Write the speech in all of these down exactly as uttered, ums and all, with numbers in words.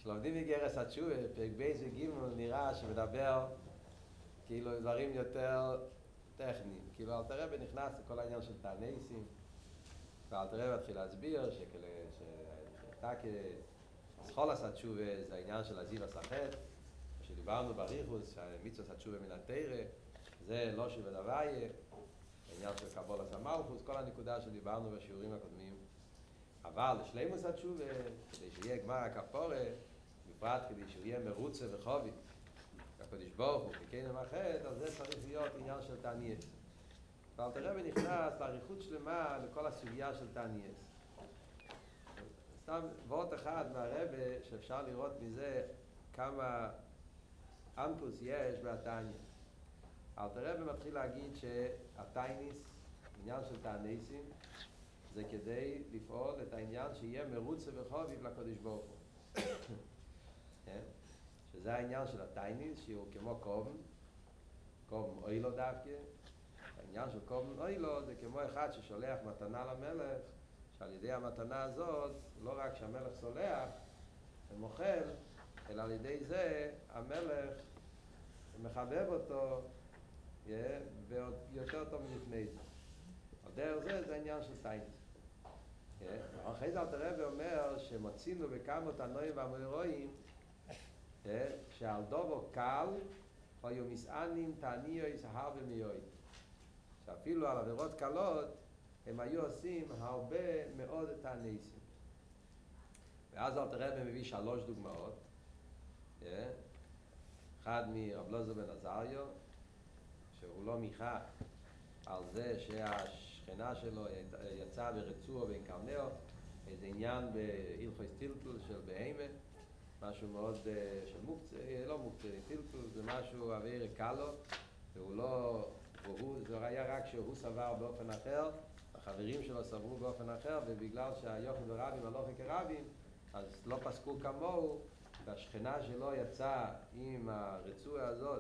כשלומדים מגרס התשובה, פרק בייס וגימל נראה שמדבר כאילו דברים יותר טכניים. כאילו אלתר רבי נכנס לכל העניין של תענייסים, ואלתר רבי התחיל להסביר שאתה כסחולס התשובה זה העניין של עזיב הסחט, שדיברנו בריחוס, שמצוות התשובה מן התורה, זה לא שבדוויה, העניין של קבולת המלכוס, כל הנקודה שדיברנו בשיעורים הקודמים. אבל לשלימוס התשובה, כדי שיהיה גמר הכפורה, בפרט כדי שהוא יהיה מרוצה וחובי, הקדוש ברוך הוא, וכן המחד, אז זה צריך להיות עניין של תענייס. ואלתר רבי נכנס לאריכות שלמה לכל הסוגיה של תענייס. סתם וורט אחד מהרבי שאפשר לראות מזה כמה עמקוס יש בתעניה. אלתר רבי מתחיל להגיד שהתענייס, עניין של תענייסים, זה כדי לפעול את העניין שיהיה מרוצה וחוביב לקדוש ברוך הוא. שזה העניין של התענייס, שהוא כמו קובן, קובן אוילו דווקא. העניין של קובן אוילו זה כמו אחד ששולח מתנה למלך, שעל ידי המתנה הזאת, לא רק שהמלך סולח ומוכל, אלא על ידי זה המלך מחבב אותו ועוד יותר טוב מלפני זה. על דרך זה זה העניין של תענייס. אחרי זה אלתר רבי אומר שמוצאינו בכמה תנועים והאמוראים שעל דובו קל היו מסענים תעניוס הרבה מאוד, שאפילו על עבירות קלות הם היו עושים הרבה מאוד תענייסים. ואז אלתר רבי מביא שלוש דוגמאות. אחד מרב אלעזר בן עזריה, שהוא לא מיכה על זה שהשכנה שלו יצאה ברצועה בין קרנאו, איזה עניין בהלכות טלטול של בהמה, משהו מאוד של מוקצה, לא מוקצה, טלטול זה משהו עבירה קלו, והוא לא, והוא, זה היה רק שהוא סבר באופן אחר, החברים שלו סברו באופן אחר, ובגלל שהיוחד ורבים הלוכי כרבים, אז לא פסקו כמוהו, והשכנה שלו יצאה עם הרצועה הזאת,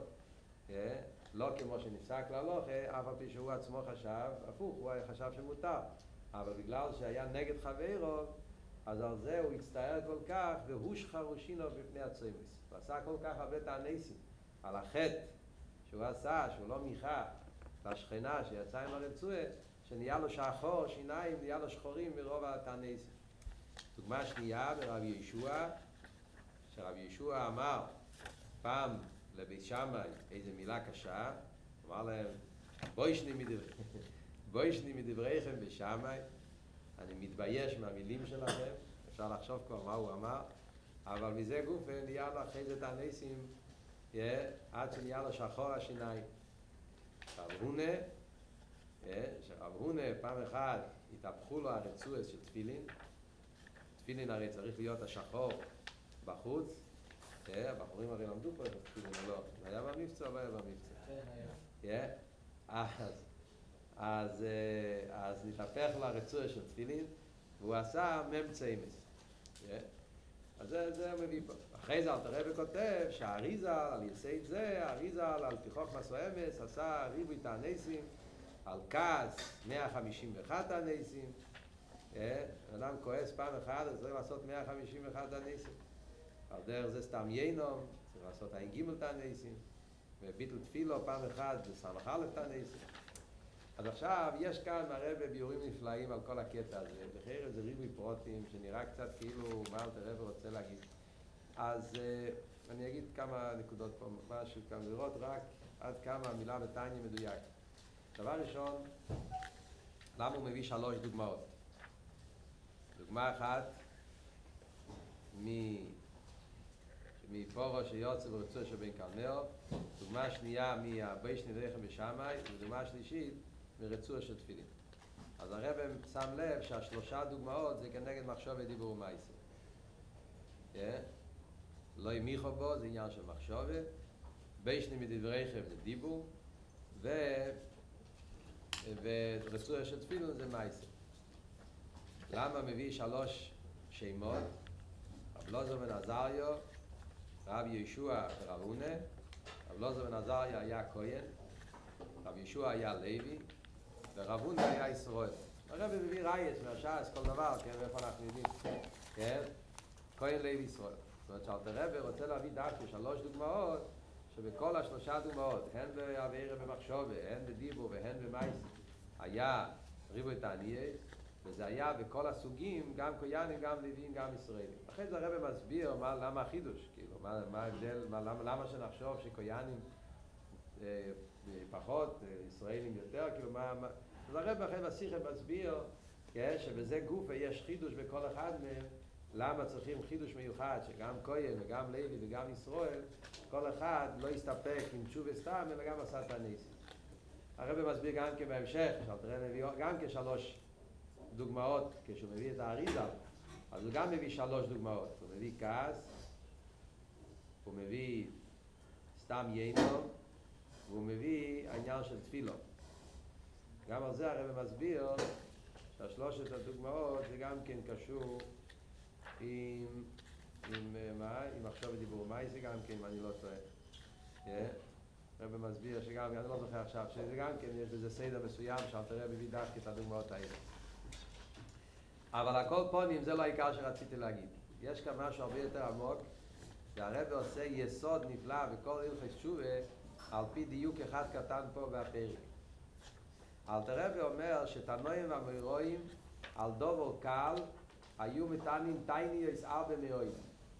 לא כמו שנפסק להלוכה, אף על פי שהוא עצמו חשב, הפוך, הוא חשב שמותר. אבל בגלל שהיה נגד חברו, אז על זה הוא הצטער כל כך, והוא שחרושינו בפני הצומס. הוא עשה כל כך הרבה תענייסים על החטא שהוא עשה, שהוא לא מיכה לשכנה שיצאה עם הרצועה, שנהיה לו שחור, שיניים, נהיה לו שחורים מרוב התענייסים. דוגמה שנייה ברב ישוע, שרב ישוע אמר פעם לבית שמאי איזו מילה קשה, אמר להם, בוישני מדבר... בוישני מדבריכם בשמאי, אני מתבייש מהמילים שלכם, אפשר לחשוב כבר מה הוא אמר, אבל מזה גוף נהיה לו אחרי זה תענייסים, עד שנהיה לו שחור השיניים. רב הונה, שרב הונה פעם אחת התהפכו לו הרצועה של תפילין, תפילין הרי צריך להיות השחור בחוץ, הבחורים הרי למדו פה את התפילין, או לא? היה במבצע או לא היה במבצע? כן, היה. אז, אז, אז נתהפך לו הרצועה של תפילין, והוא עשה ממצאימס. אז זה, זה הוא מביא פה. אחרי זה אלתר רבי כותב שהאריזל, על יסוד זה, האריזל על פי חוכמה אמס, עשה ריבוי תענייסים, על כעס מאה חמישים ואחת תענייסים. אדם כועס פעם אחת, אז צריך לעשות מאה חמישים ואחת תענייסים. על דרך זה סתם ינום, צריך לעשות עין גימל תענייסים, וביטל תפילו פעם אחת זה סמך א' תענייסים. אז עכשיו יש כאן מהרבי ביורים נפלאים על כל הקטע הזה, בחייר זה ריבוי פרוטים שנראה קצת כאילו מה אלתר רבי רוצה להגיד. אז uh, אני אגיד כמה נקודות פה, משהו כאן לראות רק עד כמה המילה בתעניה מדויק. דבר ראשון, למה הוא מביא שלוש דוגמאות? דוגמה אחת מ... מפורו שיוצא ורצועה שבין קרנאו, דוגמה שנייה מהבוישני מדבריכם בשמאי, ודוגמה שלישית מרצועה של תפילין. אז הרב שם לב שהשלושה דוגמאות זה כנגד מחשבה דיבור ומעשה. לא ימיכו בו, זה עניין של מחשבה, בוישני מדבריכם זה דיבור, ו... ורצועה של תפילין זה מעשה. למה מביא שלוש שמות? רב אלעזר בן עזריה, רב ישוע ורב הונה. רב אלעזר בן עזריה היה כהן, רב ישוע היה לוי, ורב הונה היה ישראל. הרב מביא רייס מהש"ס, כל דבר, כן, ואיפה אנחנו יודעים, כן? כהן לוי ישראל. זאת אומרת שאלתר רבי רוצה להביא דווקא שלוש דוגמאות שבכל השלושה דוגמאות, הן בעבירה במחשבה, הן בדיבור והן במעשה, היה ריבוי תעניות, וזה היה בכל הסוגים, גם כהנים, גם לוויים, גם ישראלים. אחרי זה הרב מסביר מה, למה החידוש, כאילו, מה, מה ההבדל, מה, למה, למה שנחשוב שכהנים אה, פחות, אה, ישראלים יותר, כאילו, מה, מה... אז הרב אחרי בשיחה מסביר, כן, שבזה גוף יש חידוש בכל אחד מהם, למה צריכים חידוש מיוחד, שגם כהן וגם לוי וגם ישראל, כל אחד לא יסתפק עם תשובה סתם, אלא גם עשה את הניסים. הרב מסביר גם כן בהמשך, שאלתר רבי מביא גם כשלוש דוגמאות, כשהוא מביא את האריזה, אז הוא גם מביא שלוש דוגמאות. הוא מביא כעס, הוא מביא סתם יינו, והוא מביא העניין של תפילו. גם על זה הרב מסביר שהשלושת הדוגמאות זה גם כן קשור עם, עם מה? עם מחשב ודיבור. מה זה גם כן, אם אני לא טועה? Yeah. הרב מסביר שגם, אני לא זוכר עכשיו, שזה גם כן, יש בזה סדר מסוים, שאלתר רבי מביא דווקא את הדוגמאות האלה. אבל הכל פונים, זה לא העיקר שרציתי להגיד. יש כאן משהו הרבה יותר עמוק, והרב עושה יסוד נפלא בכל הלכות תשובה, על פי דיוק אחד קטן פה בפרק. אלתר רבי אומר שתנועים והאמוראים על דובר קל היו מתענים תעניות הרבה מאוד.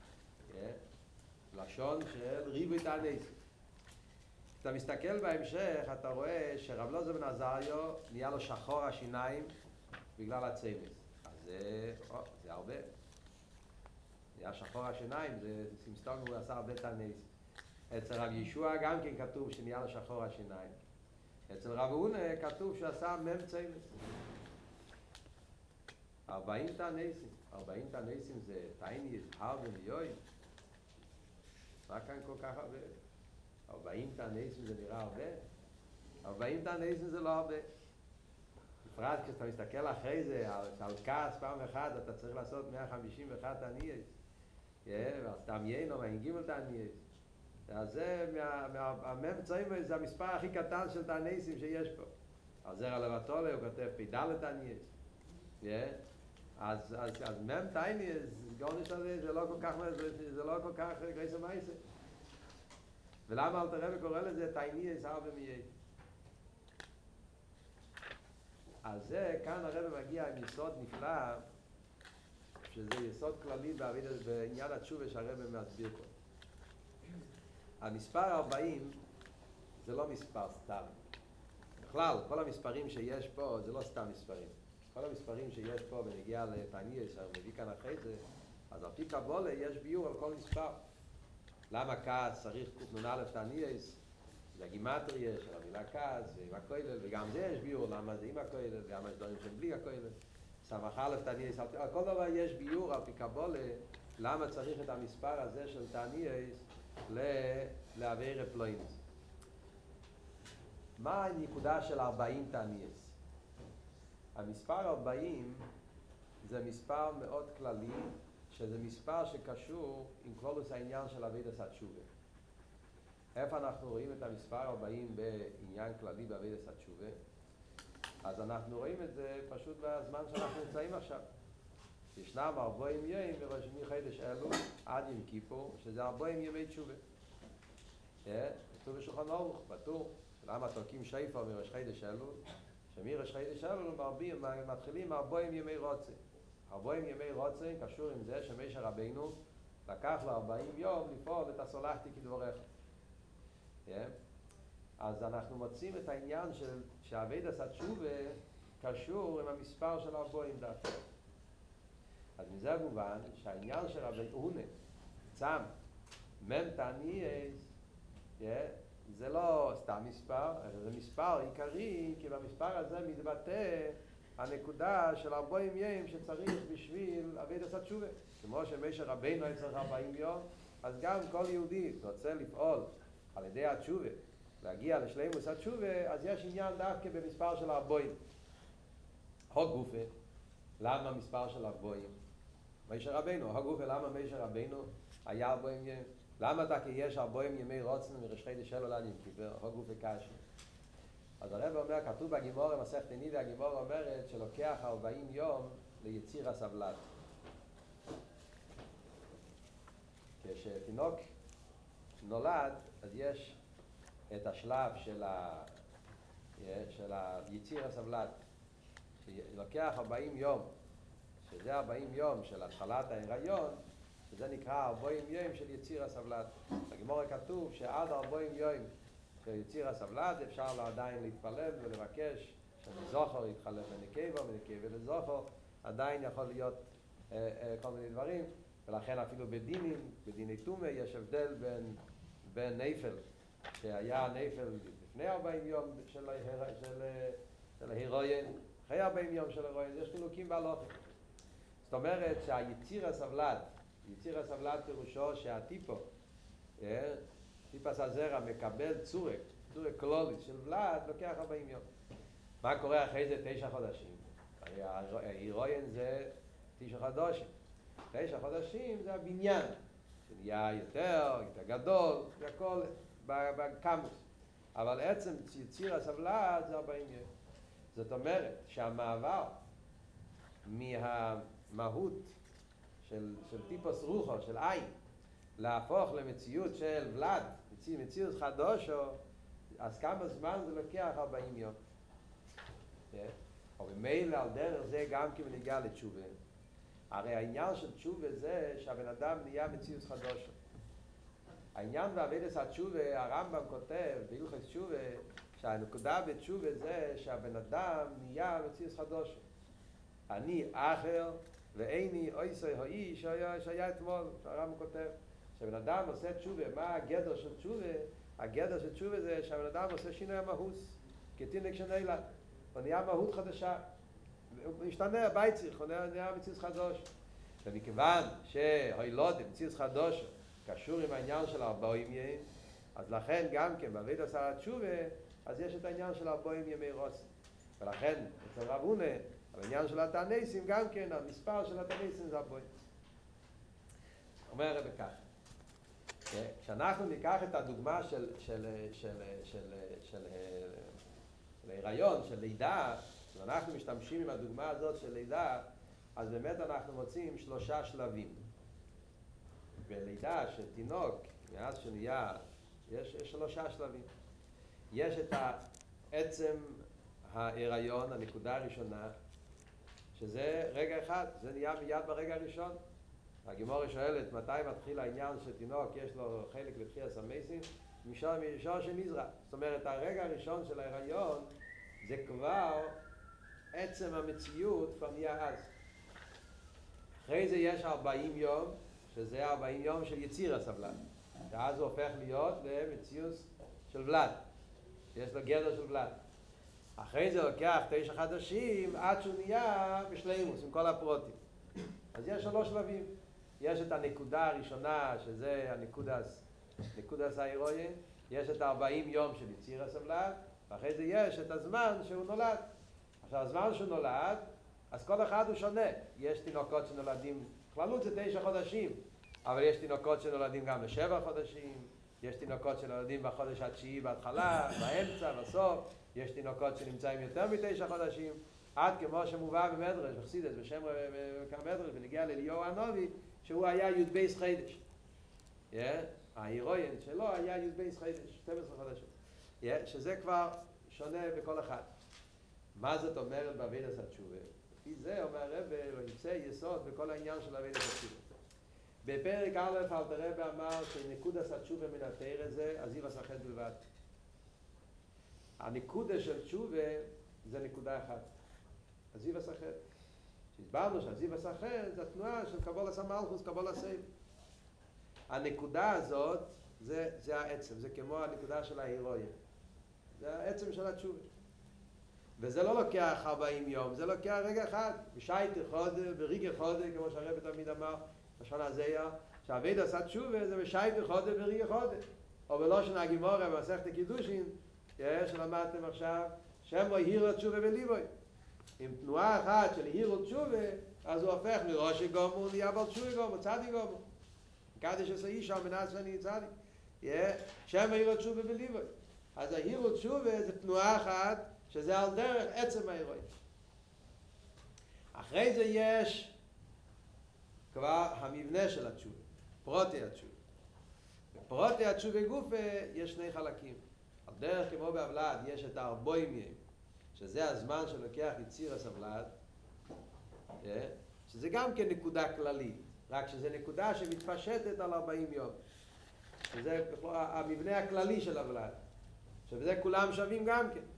לשון של ריבוי תעניות. כשאתה מסתכל בהמשך, אתה רואה שרב אלעזר בן עזריה נהיה לו שחור השיניים בגלל הצמס. אז זה, או, זה הרבה. נהיה שחור השיניים, זה סימסטון, הוא עשה הרבה תעניות. אצל רב ישוע גם כן כתוב שנהיה לו שחור השיניים. אצל רב הונא כתוב שעשה מם צמס. ארבעים תעניסים. ארבעים תעניסים זה תעניות הרבה מאוד. מה כאן כל כך הרבה? ארבעים תעניסים זה נראה הרבה? ארבעים תעניסים זה לא הרבה. בפרט כשאתה מסתכל אחרי זה, על, על כעס פעם אחת, אתה צריך לעשות מאה חמישים ואחת תעניות. ועל סתם יינו, מהנגימל תעניות. אז זה, המם צמס זה המספר הכי קטן של תעניסים שיש פה. על זרע לבטולה הוא כותב פ"ד תעניות. אז, אז, אז מם תעניות, גאונש הזה, זה לא כל כך, זה, זה לא כל כך גרייס המייסה. ולמה אלתר רבי קורא לזה תעניות הרבה מייד? אז זה, כאן הרב מגיע עם יסוד נפלא, שזה יסוד כללי בעניין התשובה שהרב מסביר פה. המספר ארבעים זה לא מספר סתם. בכלל, כל המספרים שיש פה זה לא סתם מספרים. כל המספרים שיש פה ונגיע לתעניות שאני מביא כאן אחרי זה, אז על פי קבולה יש ביור על כל מספר. למה כעס צריך קנ"א תעניות? זה הגימטריה של המילה כעס ועם הכולל, וגם זה יש ביור למה זה עם הכולל, וגם יש דברים שהם בלי הכולל. סמך א' תעניות, על כל דבר יש ביור על פי קבולה למה צריך את המספר הזה של תעניות לעבירה פלוינס. מה הנקודה של ארבעים תעניות? המספר ארבעים זה מספר מאוד כללי, שזה מספר שקשור עם כלולוס העניין של עבודת התשובה. איפה אנחנו רואים את המספר ארבעים בעניין כללי בעבודת התשובה? אז אנחנו רואים את זה פשוט בזמן שאנחנו נמצאים עכשיו. ישנם ארבעים ימים מחודש אלול עד יום כיפור, שזה ארבעים ימי תשובה. כתוב בשולחן ערוך, בטור, למה תוקעים שופר מראש חודש אלול? שמראש חודש אלול מתחילים ארבעים ימי רוצה. ארבעים ימי רוצה קשור עם זה שמשה רבינו לקח לו ארבעים יום לפעול את הסולחתי כדבריך. אז אנחנו מוצאים את העניין של שעבודת התשובה קשור עם המספר של ארבעים דווקא. אז מזה מובן שהעניין של רבי הונא צם מם תעניות זה לא סתם מספר, אלא זה מספר עיקרי, כי במספר הזה מתבטא הנקודה של ארבעים ימים שצריך בשביל עבודת התשובה. כמו שמשה רבינו היה צריך ארבעים יום, אז גם כל יהודי רוצה לפעול על ידי התשובה, להגיע לשלימוס התשובה, אז יש עניין דווקא במספר של ארבעים. הוג גופה, למה מספר של ארבעים? משה רבינו, הוג גופה, למה משה רבינו היה ארבעים ימים? למה אתה כי יש ארבעים ימי רוצן מראש חודש אלול עד יום כיפור? הוג גופה קשה. אז הרב אומר, כתוב בגימורה מסכת נידה, הגימורה אומרת שלוקח ארבעים יום ליציר הסבלת. שתינוק נולד, אז יש את השלב של, ה... של היציר הסבלת, שלוקח ארבעים יום, שזה ארבעים יום של התחלת ההיריון, שזה נקרא ארבעים יום של יציר הסבלת. בגמרא כתוב שעד ארבעים יום של יציר הסבלת אפשר עדיין להתפלל ולבקש שמזוכר יתחלף לנקבה, מנקבה לזוכר, עדיין יכול להיות אה, אה, כל מיני דברים, ולכן אפילו בדינים, בדיני תומה, יש הבדל בין, בין נפל, שהיה נפל לפני ארבעים יום של, ההיר, של, של ההירוין, אחרי ארבעים יום של ההירוין, יש חילוקים בהלכה. זאת אומרת שהיציר הסבלת, יציר הסבלת פירושו שהטיפו, אה, טיפס הזרע מקבל צורק, צורק קלולית של ולד, לוקח ארבעים יום. מה קורה אחרי זה תשע חודשים? ההירוין זה תשע חודשים. תשע חודשים זה הבניין, שנהיה יותר, יותר גדול, זה הכל בקמוס. אבל עצם יציר הסבלת זה ארבעים יום. זאת אומרת שהמעבר מהמהות של, של טיפוס רוחו, של עין, להפוך למציאות של ולד, מציאות חדושו, אז כמה זמן זה לוקח? ארבעים יום. אבל ממילא על דרך זה גם כי מנהיגה לתשובה. הרי העניין של תשובה זה שהבן אדם נהיה מציאות חדושו. העניין בעבודת התשובה, הרמב"ם כותב בהלכות תשובה, שהנקודה בתשובה זה שהבן אדם נהיה מציאות חדושו. אני אחר ואיני אויסוי האיש שהיה אתמול, הרמב"ם כותב. כשבן אדם עושה תשובה, מה הגדר של תשובה? הגדר של תשובה זה שהבן אדם עושה שינוי המהוס, כתינוק שנולד. הוא נהיה מהות חדשה, הוא משתנה, הבייציך, הוא נהיה מציאות חדוש. ומכיוון שהילוד מציאות חדוש קשור עם העניין של ארבעים ימים, אז לכן גם כן בעבודת התשובה, אז יש את העניין של ארבעים ימי רוצן. ולכן אצל רב הונא, העניין של התעניסים גם כן, המספר של התעניסים זה ארבעים. אומר הרב כך, כשאנחנו ניקח את הדוגמה של של של של של להיריון, של לידה, ואנחנו משתמשים עם הדוגמה הזאת של לידה, אז באמת אנחנו מוצאים שלושה שלבים. בלידה של תינוק, מאז שנהיה, יש, יש שלושה שלבים. יש את עצם ההיריון, הנקודה הראשונה, שזה רגע אחד, זה נהיה מיד ברגע הראשון. הגמרא שואלת מתי מתחיל העניין שתינוק יש לו חלק בתחיית המסים, משור משור שנזרע. זאת אומרת, הרגע הראשון של ההיריון זה כבר עצם המציאות כבר נהיה אז. אחרי זה יש ארבעים יום, שזה ארבעים יום של יציר הסבלת. ואז הוא הופך להיות למציאות של ולד, שיש לו גדר של ולד. אחרי זה לוקח תשע חודשים עד שהוא נהיה בשלימוס עם כל הפרוטים. אז יש שלוש שלבים. יש את הנקודה הראשונה, שזה הנקודס, נקודס ההירוין. יש את ארבעים יום של יציר הסבלת, ואחרי זה יש את הזמן שהוא נולד. עכשיו, הזמן שהוא נולד, אז כל אחד הוא שונה. יש תינוקות שנולדים, כללות זה תשע חודשים, אבל יש תינוקות שנולדים גם לשבע חודשים, יש תינוקות שנולדים בחודש התשיעי בהתחלה, באמצע, בסוף, יש תינוקות שנמצאים יותר מתשע חודשים, עד כמו שמובא במדרש, בחסידות, בשם כמדרש, ונגיע לאליהו הנביא, שהוא היה י' בייס חידש. ההירוין שלו היה י' בייס חידש, שתים עשרה חודשים. שזה כבר שונה בכל אחד. מה זאת אומרת בעבודת התשובה? לפי זה אומר הרב, הוא ימצא יסוד בכל העניין של עבודת התשובה. בפרק א' אלתר רבי אמר שנקודת התשובה מן התורה זה עזיב הסחט בלבד. הנקודה של תשובה זה נקודה אחת. עזיב הסחט. הסברנו שעזיב הסחט זה התנועה של קבולת המלכות, קבולת הסייב. הנקודה הזאת זה, זה העצם, זה כמו הנקודה של ההירוין. זה העצם של התשובה. וזה לא לוקח ארבעים יום, זה לוקח רגע אחד. בשייט חודש, ברגע חודש, כמו שהרב תמיד אמר, בשנה הזיה, שהעבודת התשובה זה בשייט חודש, ברגע חודש. או בלושן הגמרא במסכת קידושין, שלמדתם עכשיו, שם הירו תשובה בליבוי. עם תנועה אחת של הירו תשובה, אז הוא הופך מראש גומו, נהיה בעל תשובה גומו, צדיק גומו. קדש עשה איש על מנת שאני צדיק. שם הירו תשובה בליבוי. אז ההירו תשובה זה תנועה אחת, שזה על דרך עצם ההירוין. אחרי זה יש כבר המבנה של התשובה, פרוטי התשובה. בפרוטי התשובה גופה יש שני חלקים. על דרך כמו בהבלד יש את הארבעים ימים, שזה הזמן שלוקח יציר הסבלד, שזה גם כן נקודה כללית, רק שזה נקודה שמתפשטת על ארבעים יום. שזה המבנה הכללי של הבלד. שבזה כולם שווים גם כן.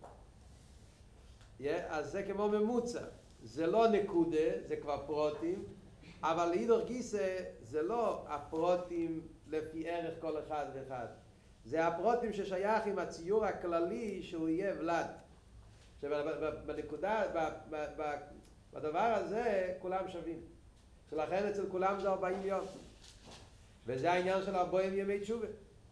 אז זה כמו ממוצע. זה לא נקודה, זה כבר פרוטים, אבל להידור גיסא זה לא הפרוטים לפי ערך כל אחד ואחד. זה הפרוטים ששייך עם הציור הכללי שהוא יהיה ולד. שבנקודה, בדבר הזה כולם שווים. שלכן אצל כולם זה ארבעים יום. וזה העניין של ארבעים ימי תשובה.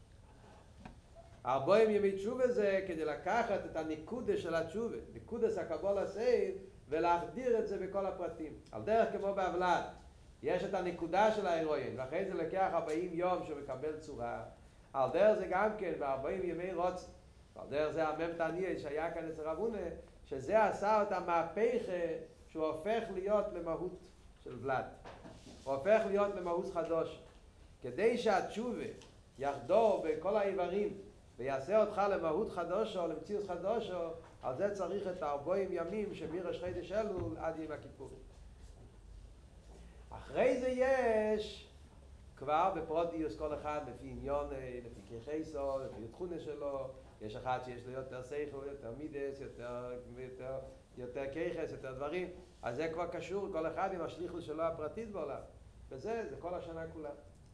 ארבעים ימי תשובה זה כדי לקחת את הנקודה של התשובה, נקודס הקבלה סייב, ולהחדיר את זה בכל הפרטים. על דרך כמו בהבלד, יש את הנקודה של ההירואין, ואחרי זה לקח ארבעים יום שהוא מקבל צורה. על דרך זה גם כן, ב-ארבעים ימי רוץ, על דרך זה המם תעניה שהיה כאן אצל רב הונא, שזה עשה את המהפכה שהוא הופך להיות למהות של ולד. הוא הופך להיות למהות חדוש. כדי שהתשובה יחדור בכל האיברים ויעשה אותך למהות חדושו או למציאות חדושו, על זה צריך את ארבעים ימים שמראש חודש אלול עד יום הכיפור. אחרי זה יש כבר בפרוטיוס כל אחד לפי עניון, לפי כיחסו, לפי תכונה שלו. יש אחד שיש לו יותר שכל, יותר מידס, יותר, יותר, יותר כיחס, יותר דברים. אז זה כבר קשור כל אחד עם השליחות שלו הפרטית בעולם. וזה, זה כל השנה כולה.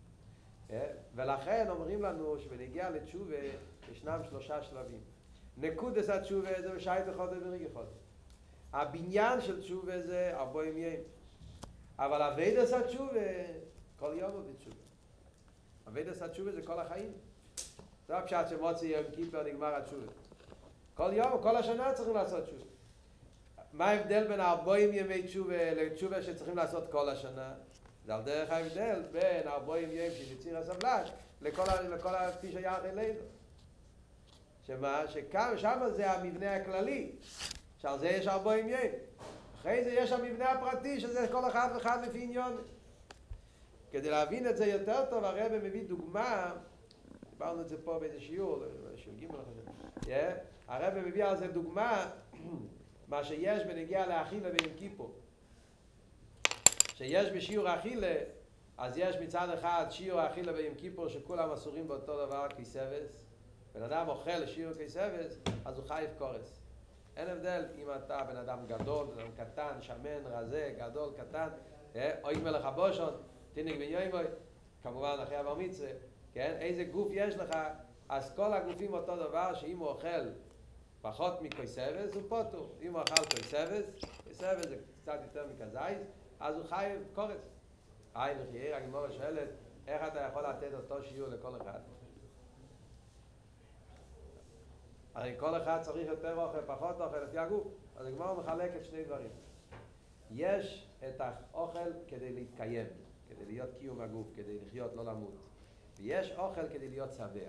ולכן אומרים לנו שבנגיע לתשובה ישנם שלושה שלבים. נקודס התשובה זה בשייט חודש ורגע חודש. הבניין של תשובה זה ארבעים ימים. אבל אביידס התשובה כל יום הוא בתשובה. אביידס התשובה זה כל החיים. זה הפשט שמוציא יום כיפר נגמר התשובה. כל יום, כל השנה צריכים לעשות תשובה. מה ההבדל בין ארבעים ימי תשובה לתשובה שצריכים לעשות כל השנה? זה על דרך ההבדל בין ארבעים ימים של יציר הסבלד לכל, לכל כפי שהיה אלינו. שמה? שכאן, שם זה המבנה הכללי, שעל זה יש ארבעים ימים. אחרי זה יש המבנה הפרטי, שזה כל אחד ואחד לפי עניון. כדי להבין את זה יותר טוב, הרב מביא דוגמה, דיברנו את זה פה באיזה שיעור, שיעור ג' yeah. הרב מביא על זה דוגמה, מה שיש בנגיע לאכילה ביום כיפור. שיש בשיעור אכילה, אז יש מצד אחד שיעור אכילה ביום כיפור שכולם אסורים באותו דבר כיסבס. בן אדם אוכל שיעור כיסבס, אז הוא חייב קורס. אין הבדל אם אתה בן אדם גדול, בן אדם קטן, שמן, רזה, גדול, קטן, או אם מלך הבושון, תינק בן יוימוי, כמובן אחרי הבר מצווה, כן? איזה גוף יש לך, אז כל הגופים אותו דבר, שאם הוא אוכל פחות מכיסבס, הוא פוטור. אם הוא אכל כיסבס, כיסבס זה קצת יותר מכזית, אז הוא חייב קורס. היי, לחייר, הגמרא שואלת, איך אתה יכול לתת אותו שיעור לכל אחד? הרי כל אחד צריך יותר אוכל, פחות אוכל, לפי הגוף. אז הגמרא מחלקת שני דברים. יש את האוכל כדי להתקיים, כדי להיות קיום הגוף, כדי לחיות, לא למות. ויש אוכל כדי להיות שבע.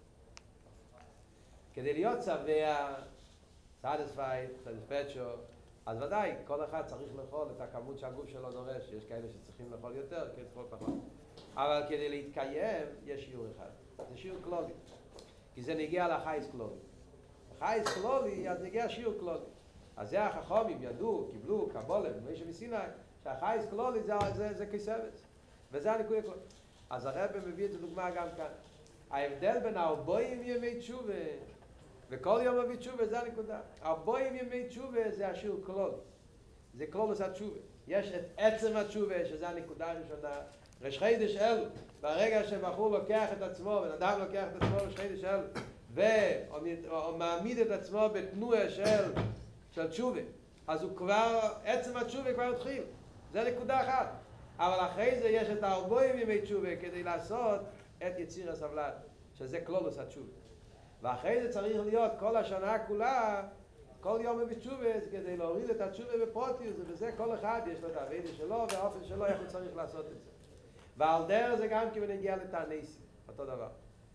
כדי להיות שבע, satisfied, satisfaction, אז ודאי, כל אחד צריך לאכול את הכמות שהגוף שלו דורש. יש כאלה שצריכים לאכול יותר, כאלה לאכול פחות. אבל כדי להתקיים, יש שיעור אחד. זה שיעור כלולי. כי זה נגיע לחייס כלולי. חייס כלולי, אז נגיע שיעור כלולי. אז זה החכמים ידעו, קיבלו, קבולה, משה מסיני, שהחייס כלולי זה, זה, זה כיסבס. וזה הנקודה כלולי. אז הרב מביא את הדוגמה גם כאן. ההבדל בין ארבעים ימי תשובה וכל יום מביא תשובה, זה הנקודה. ארבעים ימי תשובה זה השיעור כלול. זה כלולוס התשובה. יש את עצם התשובה, שזה הנקודה הראשונה. ראש חודש אלול, ברגע שבחור לוקח את עצמו, בן אדם לוקח את עצמו ראש חודש אלול, והוא מעמיד את עצמו בתנועה של, של תשובה, אז הוא כבר, עצם התשובה כבר התחיל. זה נקודה אחת. אבל אחרי זה יש את ארבעים ימי תשובה כדי לעשות את יציר הסבלד, שזה כלולוס התשובה. ואחרי זה צריך להיות כל השנה כולה, כל יום בתשובה, כדי להוריד את התשובה בפרוטיוס, ובזה כל אחד יש לו את העבודה שלו, והאופן שלו איך הוא צריך לעשות את זה. ועל דרך זה גם כיוון הגיע לתעניסים, אותו דבר.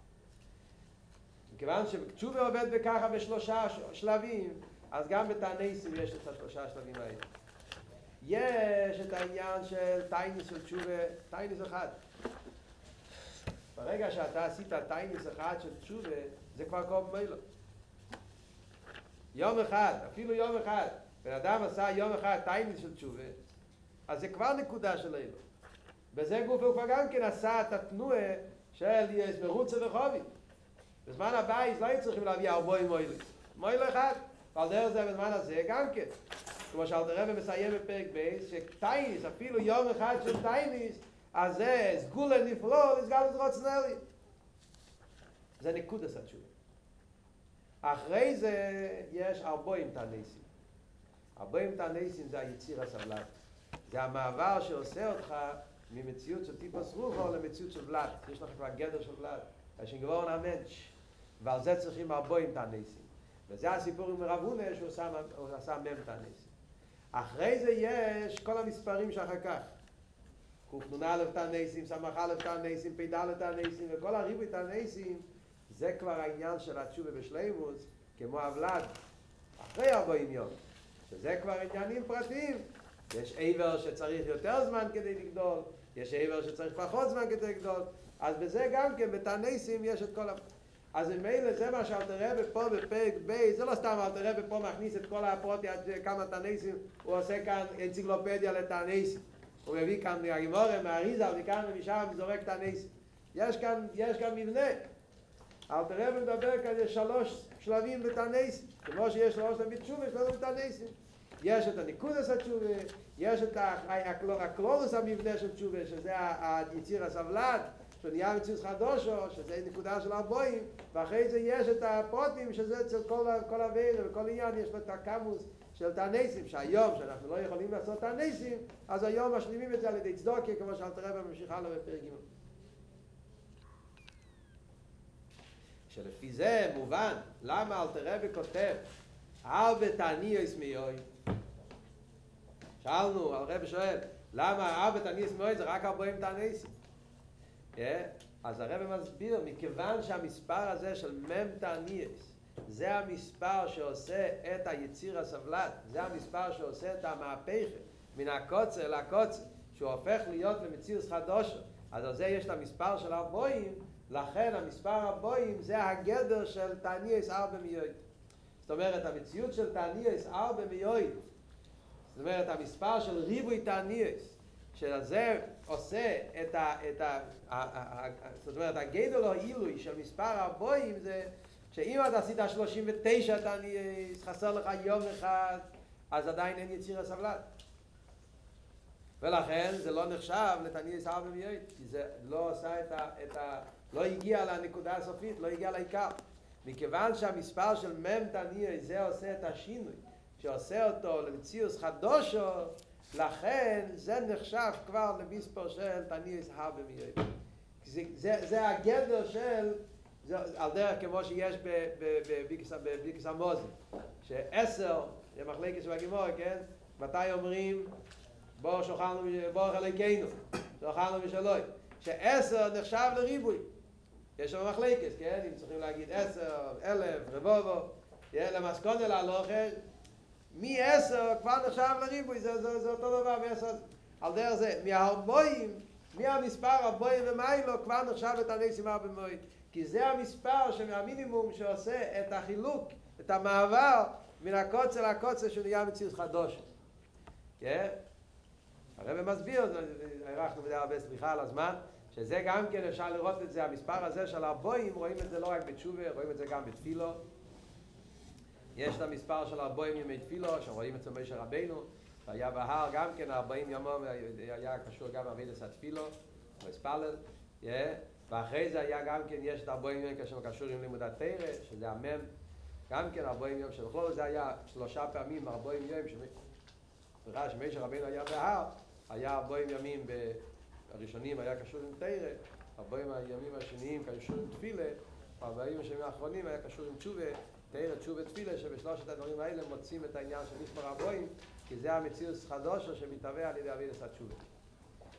מכיוון שתשובה עובד בככה בשלושה שלבים, אז גם בתעניסים יש את השלושה השלבים האלה. יש את העניין של תייניס של תשובה, תייניס אחד. ברגע שאתה עשית טייניס אחד של תשובה, זה כבר קורבן מיילו. יום אחד, אפילו יום אחד, בן אדם עשה יום אחד טייניס של תשובה, אז זה כבר נקודה של אילו. בזה גוף הוא כבר גם כן עשה את התנועה של מרוצה וחובי. בזמן הבייס לא היו צריכים להביא ארבעים מוילים. מויל אחד, ועל דרך זה בזמן הזה גם כן. כמו שאלתר רבי מסיים בפרק בייס, שטייניס, אפילו יום אחד של טייניס, אז זה סגולה נפלא, לסגל לזרוץ נלי. זה נקודת התשובה. אחרי זה יש ארבעים תעניסים. ארבעים תעניסים זה היציר הסבלת. זה המעבר שעושה אותך ממציאות של טיפוס רוחו למציאות של ולד. יש לך כבר גדר של ולד. יש גבורן המנש. ועל זה צריכים ארבעים תעניסים. וזה הסיפור עם רב הונא שהוא עשה, עשה מם תעניסים. אחרי זה יש כל המספרים שאחר כך. קנ"א תעניסים, סמ"א תעניסים, פ"ד תעניסים, וכל הריבוי תעניסים, זה כבר העניין של התשובה בשלימוס, כמו הוולד, אחרי ארבעים יום, שזה כבר עניינים פרטיים. יש עבר שצריך יותר זמן כדי לגדול, יש עבר שצריך פחות זמן כדי לגדול, אז בזה גם כן, בתעניסים יש את כל ה... אז ממילא זה מה שאלתר רבי פה בפרק ב', זה לא סתם אלתר רבי פה מכניס את כל הפרוטי, כמה תעניסים, הוא עושה כאן אנציקלופדיה לתעניסים. הוא מביא כאן מהגימורה, מהאריזה, מכאן ומשם, זורק תעניסים. יש כאן, יש כאן מבנה. אלתר רבי מדבר כאן, יש שלוש שלבים בתעניסים. כמו שיש שלוש שלבים תשובה, יש שלוש בתעניסים. יש את הניקודס התשובה, יש את הקלורוס המבנה של תשובה, שזה היציר הסבלת, שנהיה מציאות חדושו, שזה נקודה של ארבעים, ואחרי זה יש את הפרוטים, שזה אצל כל הווירה וכל עניין, יש לו את הקמוס של תעניסים, שהיום שאנחנו לא יכולים לעשות תעניסים, אז היום משלימים את זה על ידי צדוקה, כמו שאלתר רבי ממשיך הלאה בפרק ג'. שלפי זה מובן למה אלתר רבי כותב הרבה תעניוס מיוי. שאלנו, הרבי שואל, למה הרבה תעניוס מיוי זה רק ארבעים תעניסים? אז הרבי מסביר, מכיוון שהמספר הזה של מם תעניוס זה המספר שעושה את היציר הסבלת, זה המספר שעושה את המהפכה מן הקוצר אל הקוצר, שהוא הופך להיות למציאות חדושה. אז על זה יש את המספר של ארבעים, לכן המספר ארבעים זה הגדר של תעניוס ארבע מיועד. זאת אומרת, המציאות של תעניוס ארבע מיועד, זאת אומרת, המספר של ריבוי תעניוס, שזה עושה את ה... את ה, ה, ה זאת אומרת, הגדר או עילוי של מספר ארבעים זה שאם אתה עשית שלושים ותשע תעניוס, חסר לך יום אחד, אז עדיין אין יציר הסבלת. ולכן זה לא נחשב לתעניוס ארבע מיועד, כי זה לא עושה את ה... את ה לא הגיע לנקודה הסופית, לא הגיע לעיקר. מכיוון שהמספר של מם תעניוס זה עושה את השינוי, שעושה אותו למציאות חדושו, לכן זה נחשב כבר למספר של תעניוס ארבע מיועד. זה, זה, זה הגדר של, זה, על דרך כמו שיש בביקס המוזן, שעשר, זה מחלקת שבגימור, כן? מתי אומרים, בוא שוכלנו, בוא חלקנו, שוכלנו משלוי. שעשר נחשב לריבוי. יש שם מחלקת, כן? אם צריכים להגיד עשר, אלף, רבובו, למסכון אל הלוחש, מ-עשר כבר נחשב לריבוי, זה, זה, זה אותו דבר, ועשר, על דרך זה, מהארבעים, מהמספר ארבעים ומיילו, כבר נחשב לתעניסים ארבע מיועד. כי זה המספר שמהמינימום שעושה את החילוק, את המעבר, מן הקוצר לקוצר שנהיה מציאות חדושה. כן? הרבי מסביר, הערכנו בדי הרבה סליחה על הזמן, שזה גם כן אפשר לראות את זה, המספר הזה של ארבעים, רואים את זה לא רק בתשובה, רואים את זה גם בתפילו. יש את המספר של ארבעים ימי תפילו, שרואים את זה משה רבינו, והיה בהר גם כן ארבעים ימום, היה קשור גם עבודת התפילו, והספלל, ואחרי זה היה גם כן, יש את ארבעים יום כשהם קשור עם לימוד התורה, שזה המם, גם כן ארבעים יום שבכלול זה היה שלושה פעמים, ארבעים יום, סליחה, שמשה רבינו היה בהר, היה ארבעים ימים הראשונים היה קשור עם תורה, ארבעים הימים השניים קשור עם תפילה, ארבעים השנים האחרונים היה קשור עם תשובה, תורה, תשובה, תפילה, שבשלושת הדברים האלה מוצאים את העניין של מספר ארבעים, כי זה המציאות חדושה שמתהווה על ידי עבודת התשובה.